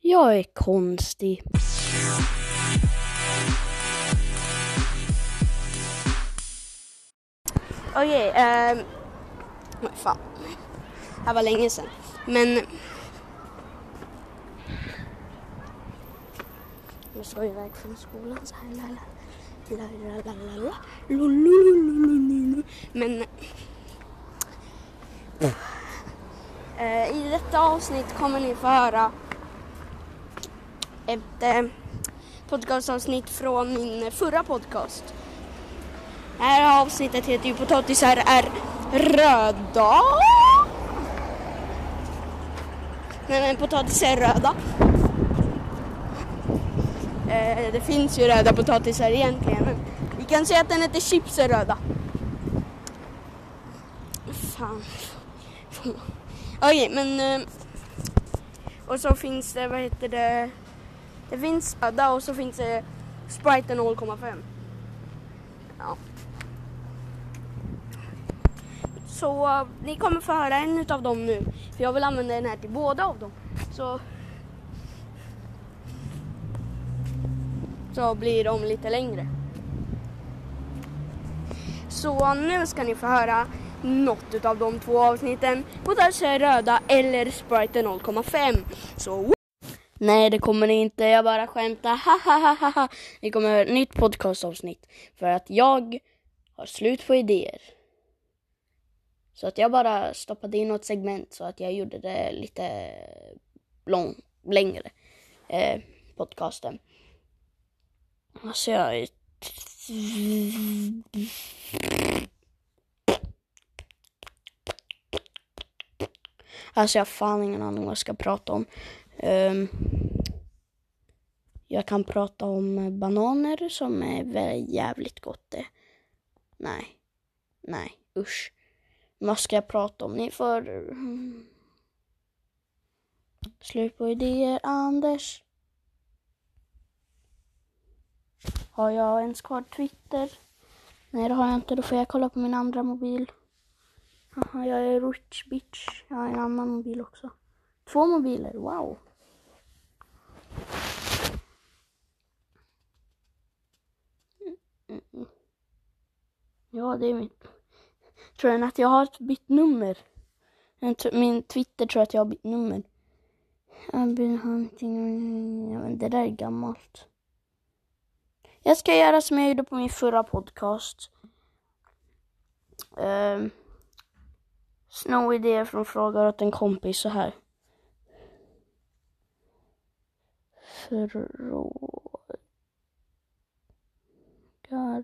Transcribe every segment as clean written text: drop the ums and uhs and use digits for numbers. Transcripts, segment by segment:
Jag är konstig. Okej, fan. Det här var länge sedan. Men jag ska iväg från skolan så här. Men i detta avsnitt kommer ni få höra ett podcastavsnitt från min förra podcast. Det här avsnittet heter ju Potatisar är röda. Nej, men potatisar är röda. Det finns ju röda potatisar egentligen, men vi kan säga att den heter chips är röda. Fan. Okej, men och så finns det, det finns röda och så finns det Sprite 0,5. Ja. Så ni kommer få höra en utav dem nu, för jag vill använda den här till båda av dem. Så blir de lite längre. Så nu ska ni få höra något utav de två avsnitten. Potatisar röda eller Sprite 0,5. Så nej, det kommer ni inte. Jag bara skämtar. Ni kommer höra ett nytt podcastavsnitt. För att jag har slut på idéer. Så att jag bara stoppade in något segment. Så att jag gjorde det lite längre. Podcasten. Alltså jag har fan ingen aning vad jag ska prata om. Jag kan prata om bananer som är väldigt jävligt gott. Nej, usch. Vad ska jag prata om? Ni får slut på idéer, Anders. Har jag ens kvar Twitter? Nej, det har jag inte. Då får jag kolla på min andra mobil. Aha, jag är rich bitch. Jag har en annan mobil också. 2 mobiler, wow. Ja, det är mitt. Tror jag att jag har ett bytt nummer. Min Twitter tror att jag har bytt nummer. Det där är gammalt. Jag ska göra som jag gjorde på min förra podcast. Idéer från frågar åt en kompis så här. Frågar.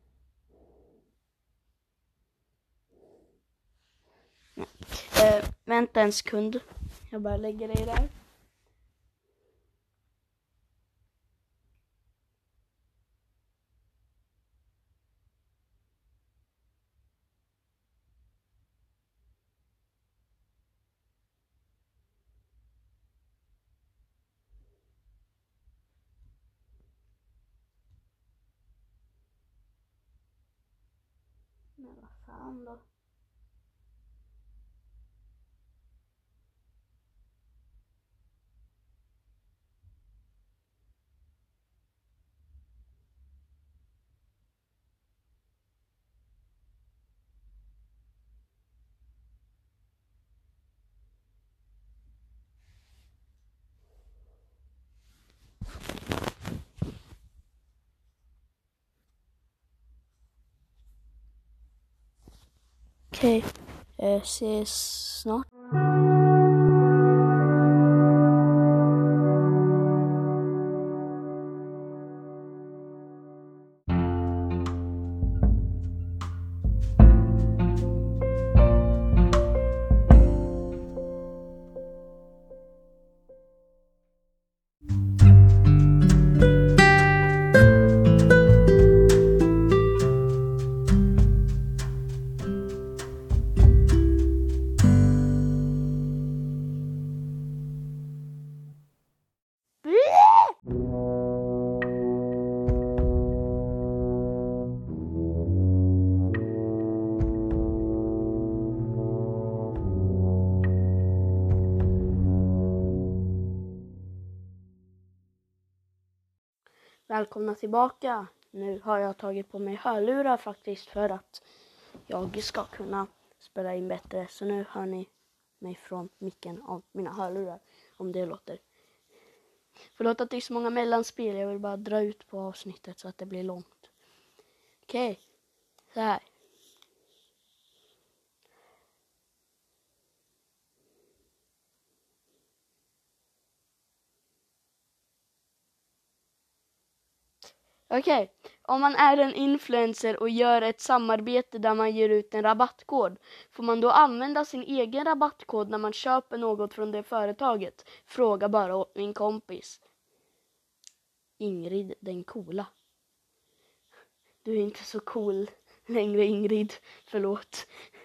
Vänta en sekund. Jag bara lägger det där. Men vad fan då? Okej, ses snart. Välkomna tillbaka. Nu har jag tagit på mig hörlurar faktiskt för att jag ska kunna spela in bättre. Så nu hör ni mig från micken av mina hörlurar, om det låter. Förlåt att det är så många mellanspel, jag vill bara dra ut på avsnittet så att det blir långt. Okej, så här. Okej, om man är en influencer och gör ett samarbete där man ger ut en rabattkod, får man då använda sin egen rabattkod när man köper något från det företaget? Fråga bara åt min kompis. Ingrid, den coola. Du är inte så cool längre, Ingrid. Förlåt.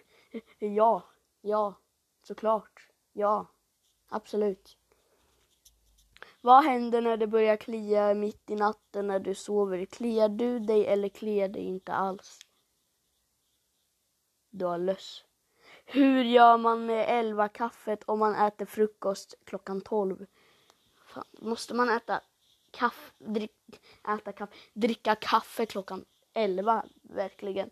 Ja, såklart. Ja, absolut. Vad händer när det börjar klia mitt i natten när du sover? Kliar du dig eller kliar dig inte alls? Du har löss. Hur gör man med 11-kaffet om man äter frukost klockan 12? Fan, måste man dricka kaffe klockan 11 verkligen?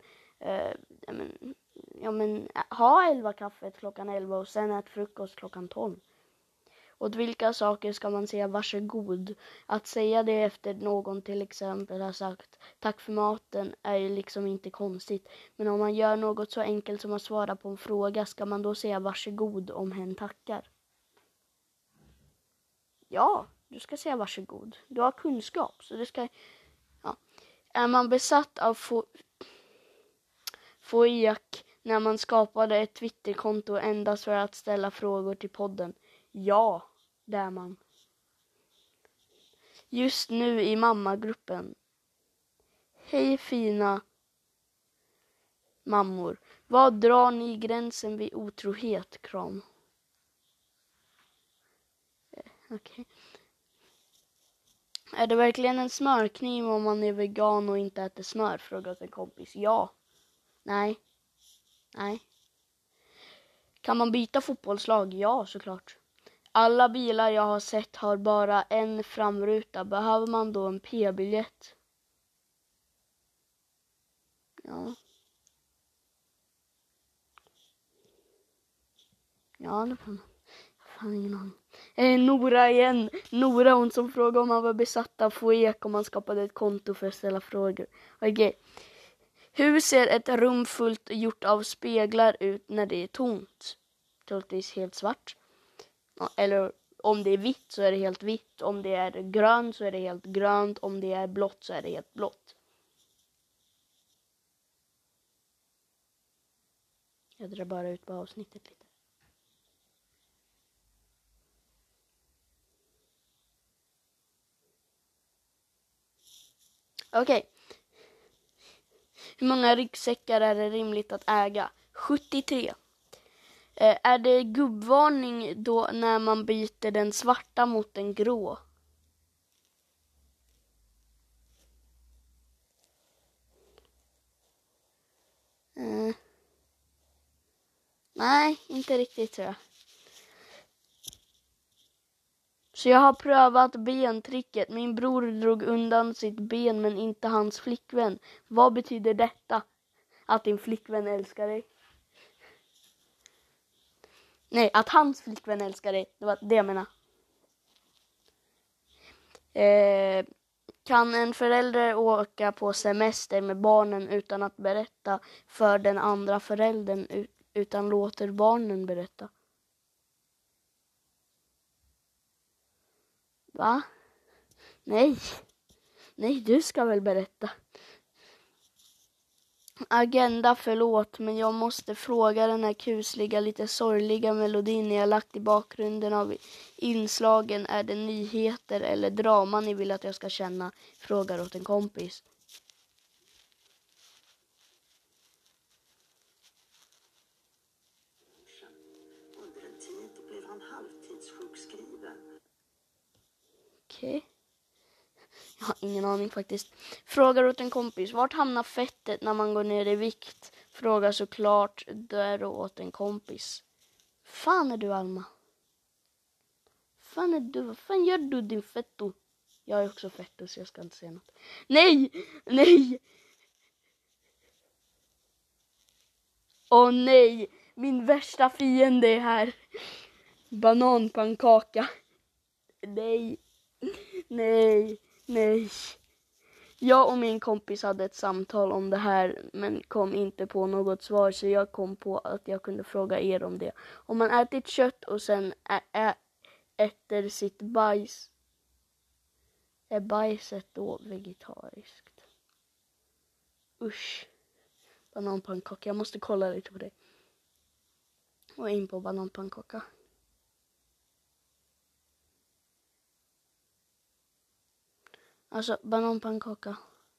Ha 11-kaffet klockan 11 och sen ät frukost klockan 12. Åt vilka saker ska man säga varsågod? Att säga det efter någon till exempel har sagt tack för maten är ju liksom inte konstigt. Men om man gör något så enkelt som att svara på en fråga, ska man då säga varsågod om hen tackar? Ja, du ska säga varsågod. Du har kunskap, så du ska... Ja. Är man besatt av FOIAC när man skapade ett Twitterkonto endast för att ställa frågor till podden? Ja, det är man. Just nu i mammagruppen. Hej fina mammor. Vad drar ni gränsen vid otrohet, kram? Okej. Är det verkligen en smörkniv om man är vegan och inte äter smör? Frågat en kompis. Ja. Nej. Kan man byta fotbollslag? Ja, såklart. Alla bilar jag har sett har bara en framruta. Behöver man då en p-biljett? Ja. Ja, det får man. Fan, ingen aning. Nora igen. Nora, hon som frågade om man var besatt av FOIAC om man skapade ett konto för att ställa frågor. Okej. Hur ser ett rum fullt gjort av speglar ut när det är tomt? Troligtvis helt svart. Eller om det är vitt så är det helt vitt. Om det är grönt så är det helt grönt. Om det är blått så är det helt blått. Jag drar bara ut på avsnittet lite. Okej. Hur många ryggsäckar är det rimligt att äga? 73. Är det gubbvarning då när man byter den svarta mot den grå? Nej, inte riktigt tror jag. Så jag har prövat bentricket. Min bror drog undan sitt ben men inte hans flickvän. Vad betyder detta? Att din flickvän älskar dig? Nej, att hans flickvän älskar dig. Det var det jag menade. Kan en förälder åka på semester med barnen utan att berätta för den andra föräldern utan låter barnen berätta? Va? Nej, du ska väl berätta. Agenda, förlåt, men jag måste fråga den här kusliga, lite sorgliga melodin ni har lagt i bakgrunden av inslagen. Är det nyheter eller drama ni vill att jag ska känna? Frågar åt en kompis. Under en tid blev han halvtidssjukskriven. Okej. Jag har ingen aning faktiskt. Frågar åt en kompis. Vart hamnar fettet när man går ner i vikt? Frågar såklart där åt en kompis. Fan är du, Alma? Fan är du? Vad fan gör du, din fetto? Jag är också fett så jag ska inte säga något. Nej! Nej! Åh nej! Min värsta fiende är här. Bananpannkaka. Nej. Nej. Nej. Jag och min kompis hade ett samtal om det här men kom inte på något svar, så jag kom på att jag kunde fråga er om det. Om man ätit kött och sen äter sitt bajs, är bajset då vegetariskt? Usch. Bananpannkaka, jag måste kolla lite på det. Och in på bananpannkaka. Alltså bananpannkaka.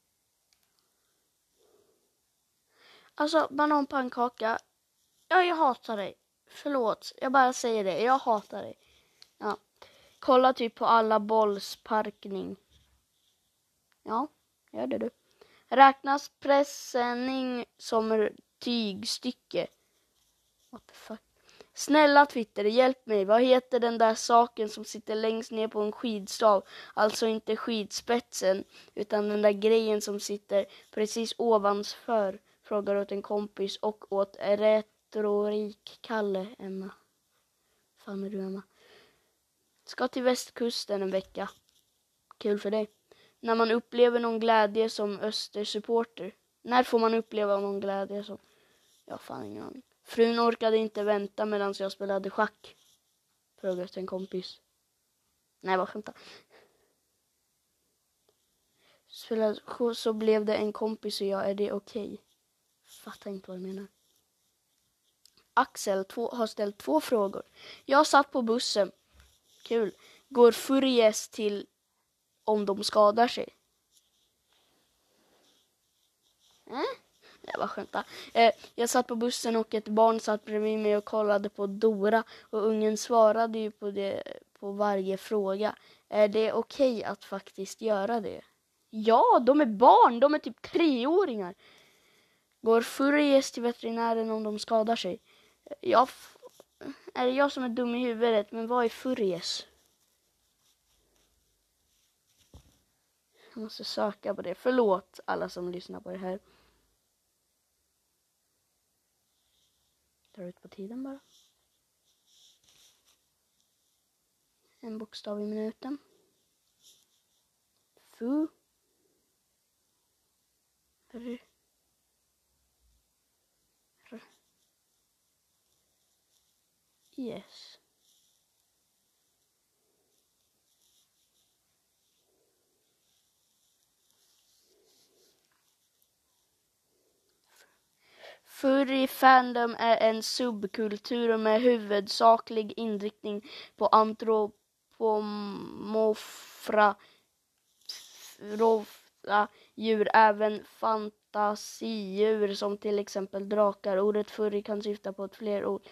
Ja, jag hatar dig. Förlåt, jag bara säger det. Jag hatar dig. Ja. Kolla typ på alla bollsparkning. Ja, gör det du. Räknas presenning som tygstycke? What the fuck? Snälla Twitter, hjälp mig. Vad heter den där saken som sitter längst ner på en skidstav? Alltså inte skidspetsen, utan den där grejen som sitter precis ovanför. Frågar åt en kompis och åt retorik-Kalle, Emma. Fan är du, Emma? Ska till västkusten en vecka. Kul för dig. När man upplever någon glädje som Östersupporter. När får man uppleva någon glädje som... Jag fan ingen aning. Frun orkade inte vänta medan jag spelade schack. Frågade till en kompis. Nej, vad skämta. Så blev det en kompis och jag, är det okej? Fattar inte vad jag menar. Axel har ställt 2 frågor. Jag satt på bussen. Kul. Går Furies till om de skadar sig? Jag var skämta. Jag satt på bussen och ett barn satt bredvid mig och kollade på Dora. Och ungen svarade ju på varje fråga. Är det okej att faktiskt göra det? Ja, de är barn. De är typ 3-åringar. Går Furies till veterinären om de skadar sig? Är det jag som är dum i huvudet? Men vad är Furies? Jag måste söka på det. Förlåt alla som lyssnar på det här. Drar ut på tiden bara. En bokstav i minuten. Fu. Yes. Furry fandom är en subkultur med huvudsaklig inriktning på antropomorfa djur, även fantasidjur som till exempel drakar. Ordet furry kan syfta på ett fler ord.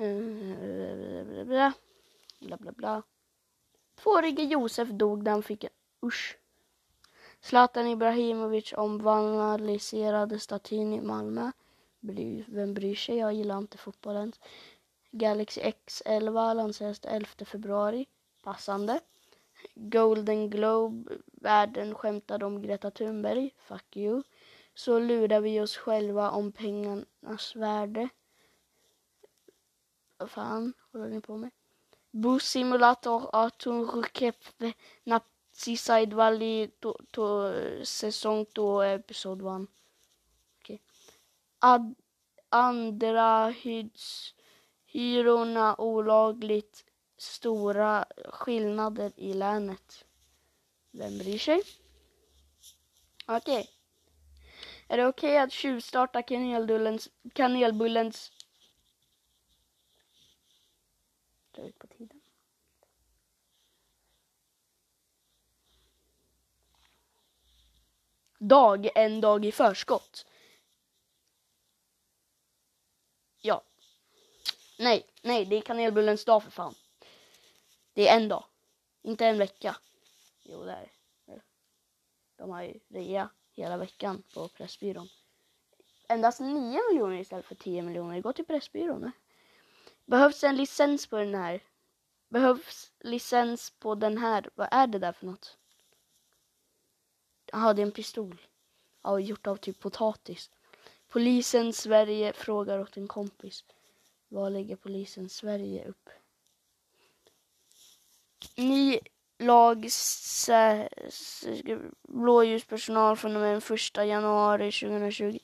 Bla bla bla. 2-årige Josef dog när han fick en... Usch. Zlatan Ibrahimovic omvandaliserade statyn i Malmö. Vem bryr sig? Jag gillar inte fotbollen. Galaxy X11 lanseras 11 februari. Passande. Golden Globe. Världen skämtade om Greta Thunberg. Fuck you. Så lurar vi oss själva om pengarnas värde. Vad fan håller ni på med? Bus simulator aturkeppe Natsiside Valley säsong 2 episod 1. Okej. Andrahyrorna olagligt stora skillnader i länet. Vem bryr sig? Okej. Är det okej att tjuvstarta kanelbullens dra ut på tiden? En dag i förskott. Ja. Nej, det är kanelbullens dag för fan. Det är en dag. Inte en vecka. Jo, det är det. De har ju rea hela veckan på Pressbyrån. Endast 9 miljoner istället för 10 miljoner. Det går till Pressbyrån. Ne? Behövs en licens på den här? Behövs licens på den här? Vad är det där för något? Jaha, det är en pistol. Ja, gjort av typ potatis. Polisen Sverige frågar åt en kompis. Vad lägger polisen Sverige upp? Ny lag blåljuspersonal från och med den 1 januari 2020.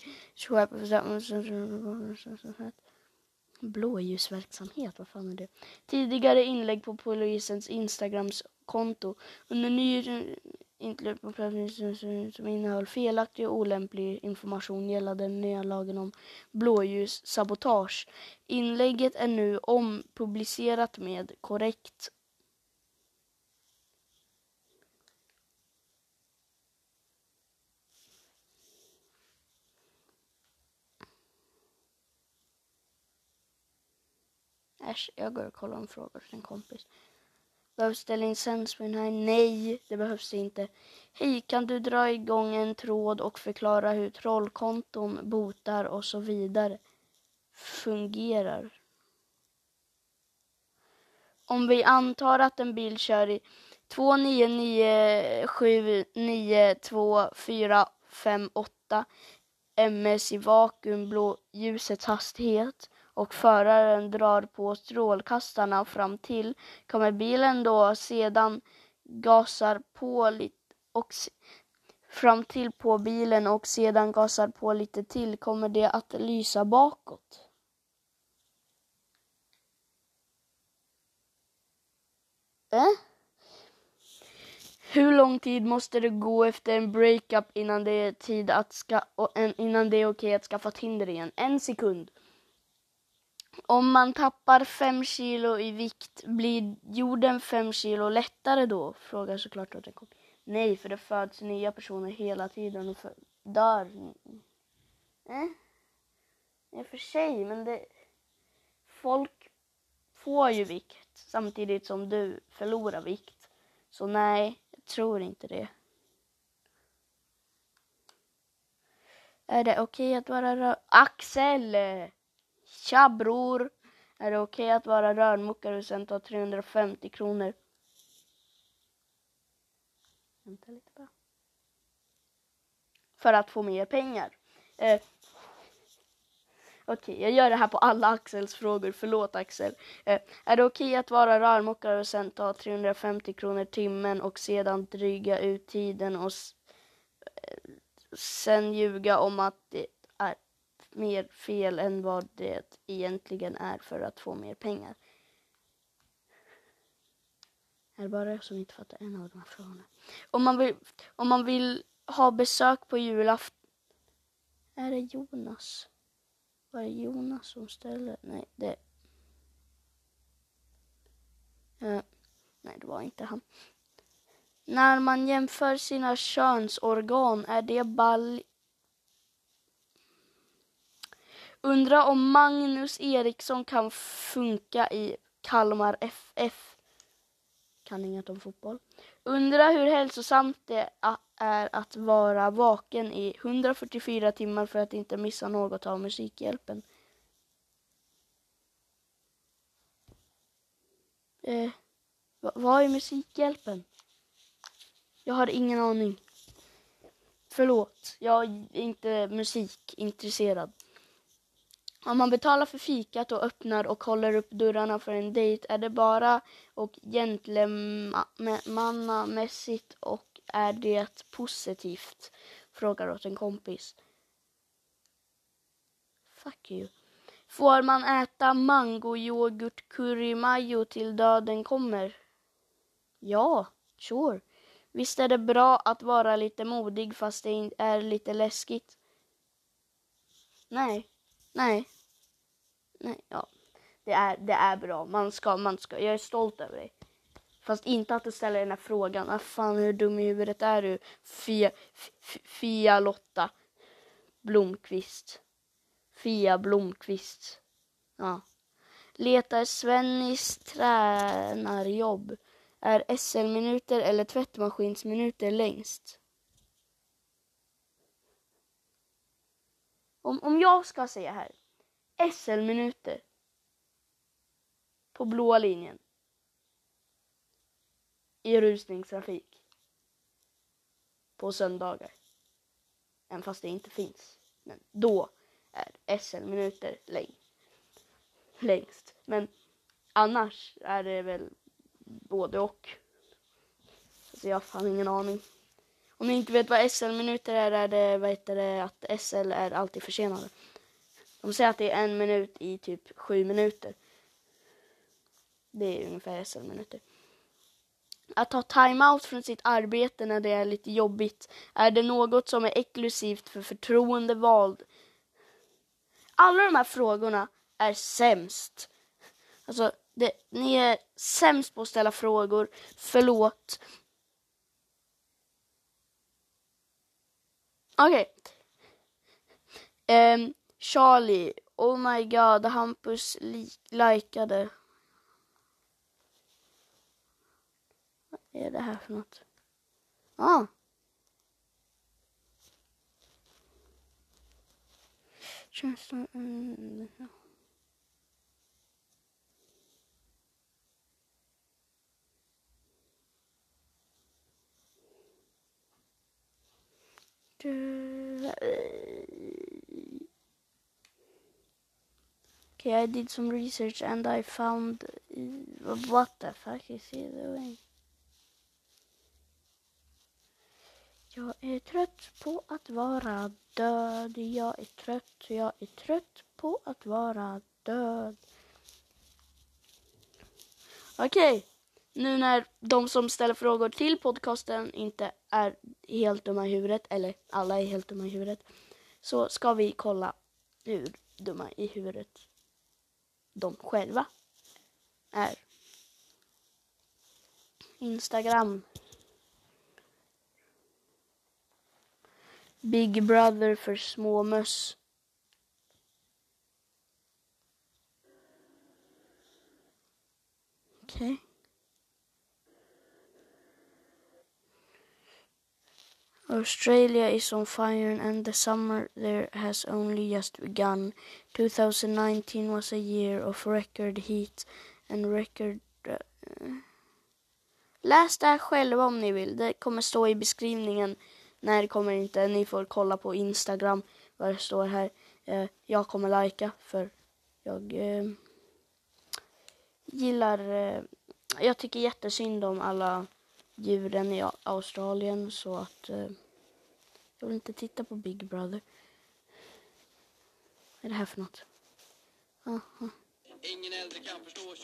Blåljusverksamhet, vad fan är det? Tidigare inlägg på polisens Instagrams konto. Under ny som innehöll felaktig och olämplig information gällande den nya lagen om blåljussabotage. Inlägget är nu ompublicerat med korrekt. Äsch, jag går och kollar om frågor till en kompis. Behövs det licens för den här? Nej, det behövs det inte. Hej, kan du dra igång en tråd och förklara hur trollkonton, botar och så vidare fungerar? Om vi antar att en bil kör i 299792458 ms i vakuumblåljusets hastighet och föraren drar på strålkastarna fram till, kommer bilen då sedan gasar på lite och fram till på bilen och sedan gasar på lite till, kommer det att lysa bakåt. Hur lång tid måste det gå efter en breakup innan det är tid att innan det är okej att skaffa Tinder igen? 1 sekund. Om man tappar 5 kilo i vikt, blir jorden 5 kilo lättare då? Frågar såklart att det kommer. Nej, för det föds nya personer hela tiden och dör. I och för sig, men folk får ju vikt samtidigt som du förlorar vikt. Så nej, jag tror inte det. Är det okej att vara Axel! Tja bror! Är det okej att vara rörmokare och sen ta 350 kronor? Vänta lite bara. För att få mer pengar. Okej, jag gör det här på alla Axels frågor. Förlåt Axel. Är det okej att vara rörmokare och sen ta 350 kronor timmen och sedan dryga ut tiden och sen ljuga om att det är mer fel än vad det egentligen är för att få mer pengar? Är det bara jag som inte fattar en av de här frågorna? Om man vill ha besök på julafton. Är det Jonas? Var det Jonas som ställer? Nej, nej, det var inte han. När man jämför sina könsorgan är det Undra om Magnus Eriksson kan funka i Kalmar FF. Kan inget om fotboll. Undra hur hälsosamt det är att vara vaken i 144 timmar för att inte missa något av Musikhjälpen. Vad är Musikhjälpen? Jag har ingen aning. Förlåt, jag är inte musikintresserad. Om man betalar för fikat och öppnar och håller upp dörrarna för en dejt, är det bara och gentlemannamässigt och är det positivt? Frågar åt en kompis. Fuck you. Får man äta mango, yoghurt, curry, mayo till döden kommer? Ja, sure. Visst är det bra att vara lite modig fast det är lite läskigt? Nej, ja. Det är bra. Man ska. Jag är stolt över dig. Fast inte att du ställer den här frågan. Ah, fan, hur dum i huvudet är du? Fia Lotta Blomqvist. Fia Blomqvist. Ja. Letar Svennis tränarjobb. Är SL-minuter eller tvättmaskinsminuter längst? Om jag ska säga här. SL-minuter. På blåa linjen. I rusningstrafik. på söndagar. Även fast det inte finns. Men då är SL-minuter längst. Men annars är det väl både och. Alltså jag har fan ingen aning. Om ni inte vet vad SL-minuter är det, vad heter det, att SL är alltid försenade. De säger att det är 1 minut i typ 7 minuter. Det är ungefär SL-minuter. Att ta time-out från sitt arbete när det är lite jobbigt. Är det något som är exklusivt för förtroendevald? Alla de här frågorna är sämst. Alltså, ni är sämst på att ställa frågor. Förlåt. Okej. Charlie. Oh my god. Hampus likade. Vad är det här för något? Känns det... Okay, I did some research and I found... What the fuck is he doing? Jag är trött på att vara död. Jag är trött på att vara död. Okej. Nu när de som ställer frågor till podcasten inte är helt dumma i huvudet, eller alla är helt dumma i huvudet, så ska vi kolla hur dumma i huvudet de själva är. Instagram. Big Brother för små möss. Okej. Australia is on fire and the summer there has only just begun. 2019 was a year of record heat and record... Läs det här själva om ni vill. Det kommer stå i beskrivningen. Nej, det kommer inte. Ni får kolla på Instagram vad det står här. Jag kommer lajka för jag gillar... jag tycker jättesynd om alla djuren i Australien, så att jag vill inte titta på Big Brother. Vad är det här för något? Aha. Ingen äldre kan förstå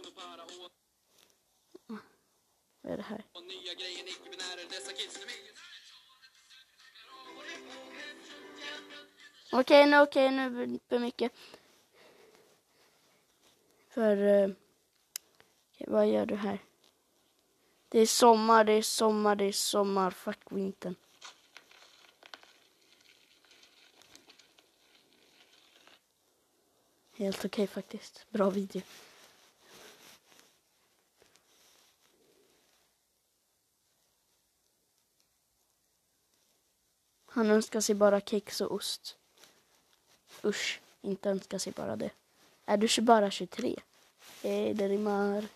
vad är det här? Och nya grejen icke-binärer, dessa kids Okej, nu för mycket. För vad gör du här? Det är sommar. Fuck vintern. Helt okej faktiskt. Bra video. Han önskar sig bara kex och ost. Usch, inte önskar sig bara det. Är du bara 23? Det rimmar.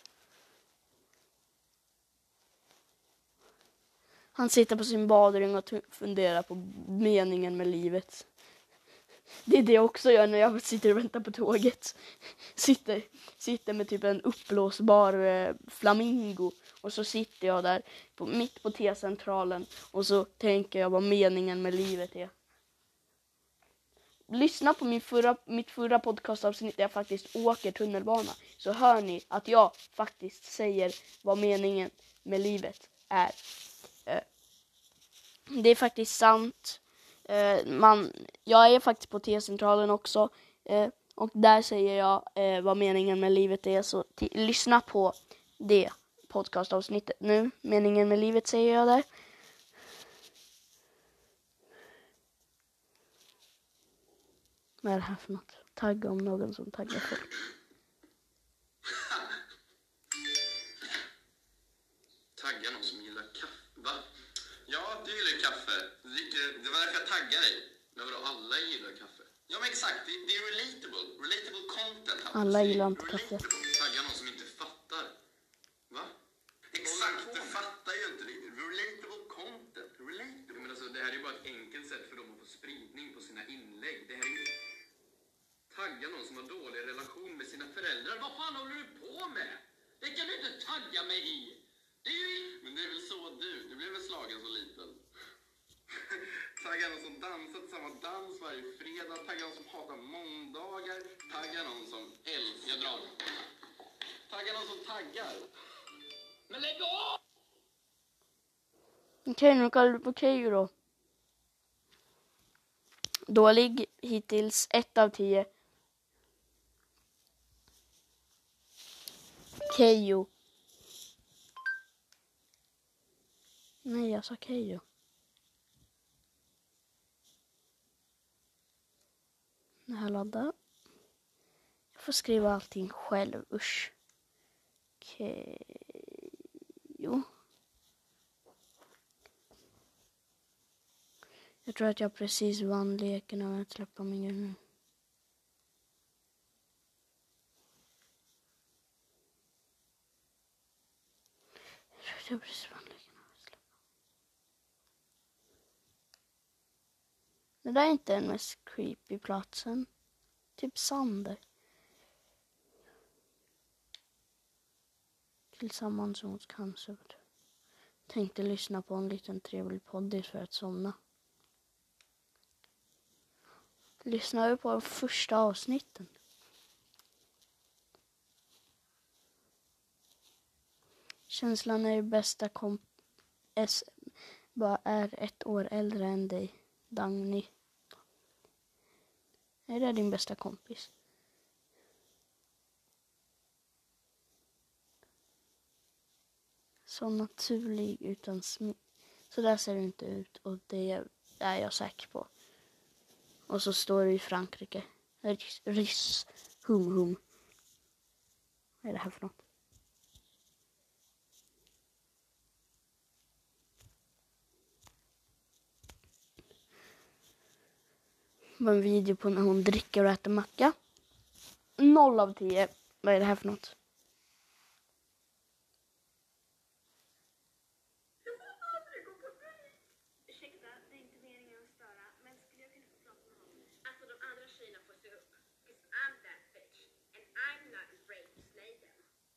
Han sitter på sin badring och funderar på meningen med livet. Det är det jag också gör när jag sitter och väntar på tåget. Sitter med typ en uppblåsbar flamingo. Och så sitter jag där mitt på T-centralen. Och så tänker jag vad meningen med livet är. Lyssna på mitt förra podcastavsnitt där jag faktiskt åker tunnelbana. Så hör ni att jag faktiskt säger vad meningen med livet är. Det är faktiskt sant. Jag är faktiskt på T-centralen också. Och där säger jag vad meningen med livet är. Så lyssna på det podcastavsnittet nu. Meningen med livet säger jag där. Vad är det här för något? Tagga om någon som taggar folk. Tagga någon som gillar kaffe? Va? Ja, du gillar kaffe. Det var därför jag taggade dig. Men vadå, alla gillar kaffe? Ja, men exakt. Det är relatable. Relatable content. Alla gillar inte kaffe. Tagga någon som inte fattar. Va? Exakt, du fattar ju inte det. Relatable content. som har dålig relation med sina föräldrar. Vad fan håller du på med? Det kan du inte tagga mig i. Det är ju... Men det är väl så du blev väl slagen så liten. Tagga någon som dansar till samma dans varje fredag. Tagga någon som hatar måndagar. Tagga någon som älskar drag. Tagga någon som taggar. Men lägg av! Okej, nu kallar du på Keyyo då. Dålig hittills 1 av 10. Keyyo. Nej, jag sa Keyyo. Det här laddar. Jag får skriva allting själv, usch. Keyyo. Jag tror att jag precis vann leken av att släppa min grej nu. Jag precis vann leken av att släppa. Det där är inte den mest creepy platsen. Typ Sander. Tillsammans mot cancer. Tänkte lyssna på en liten trevlig podd för att somna. Lyssnar vi på de första avsnitten. Känslan är bästa bara är 1 år äldre än dig, Dagny. Är det din bästa kompis? Så naturlig utan så där ser det inte ut och det är jag säker på. Och så står det i Frankrike. Riss, hum. Vad är det här för något? Det var en video på när hon dricker och äter macka. 0 av 10. Vad är det här för något? Ursäkta, det är inte meningen att störa, men skulle jag kunna få prata med honom? Alltså de andra tjejerna får se upp. 'Cause I'm that bitch. And I'm not rape slaven.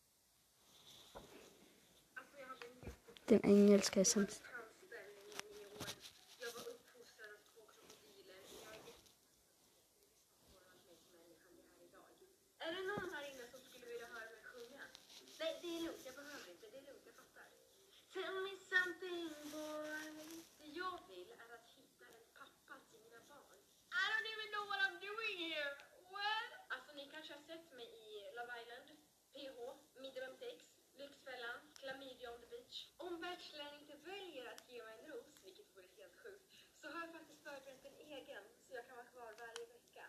Alltså jag hade en Din engelska är sämst. tandställning i 9 år. Jag var uppfostrad av 2 krokodiler. Jag är jättemänniskan det här idag. Är det någon här inne som skulle vilja höra mig sjunga? Nej, det är lugnt. Jag behöver inte. Det är lugnt. Jag fattar. Tell me something, boy. Det jag vill är att hitta en pappa till mina barn. I don't even know what I'm doing here. What? Alltså, ni kanske har sett mig i Love Island, PH, Midnight Sex, Lyxfällan, Klamydia on the beach. Om Bachelor inte väljer att ge mig en ros, vilket vore helt sjukt, så har jag faktiskt förberett en egen så jag kan vara kvar varje vecka.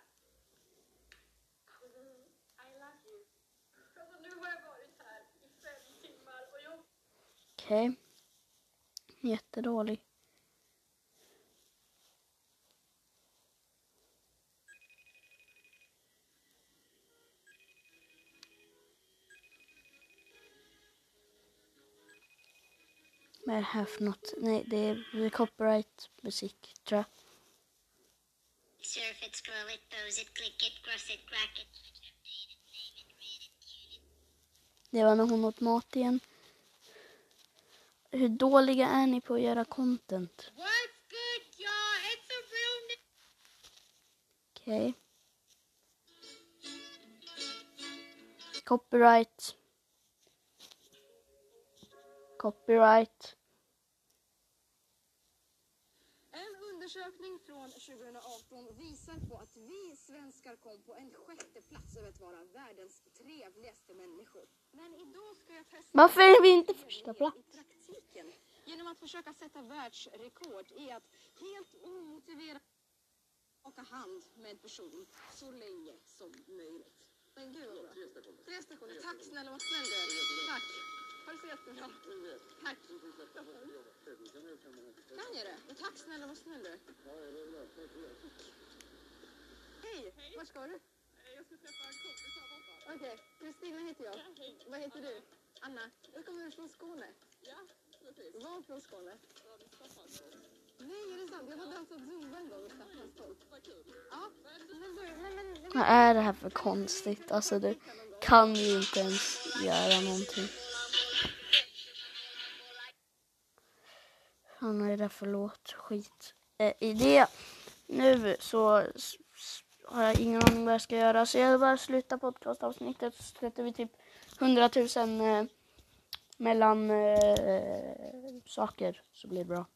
I love you. Alltså, nu har jag varit här i 5 timmar och jag... Okej. Jättedålig. Vad är det här för något? Nej, det är copyright musik, tror jag. Surf it, scroll it, pose it, click it, cross it, crack it. Det var när hon åt mat igen. Hur dåliga är ni på att göra content? What's good, y'all? It's a real... Okej. Copyright. Copyright. En undersökning från 2018 visar på att vi svenskar kom på en 6:e plats över att vara världens trevligaste människor. Men idag ska jag testa Varför är vi inte första plats? i praktiken. Genom att försöka sätta världsrekord i att helt omotiverat åka hand med en person så länge som möjligt. Men gud vad bra. 3 stationer. Tack snälla, vad snäll du är. Tack. Ha det så jättebra. Tack. Kan jag det? Men tack snälla, vad snäll du är. Hej, var ska du? Jag ska träffa en kompis här borta. Okej, Kristina heter jag. Vad heter du? Anna. Jag kommer från Skåne. Ja, precis. Var från Skåne? Ja, det är Stockholm. Nej, är det sant? Jag har dansat zumba en gång och Staffan stolt. Vad kul. Ja, men Vad är det här för konstigt? Alltså du kan ju inte ens göra någonting. Han är det för låtskit i det. Nu så har jag ingen aning vad jag ska göra. Så jag bara sluta podcastavsnittet. Så sätter vi typ 100 000 mellan saker så blir det bra.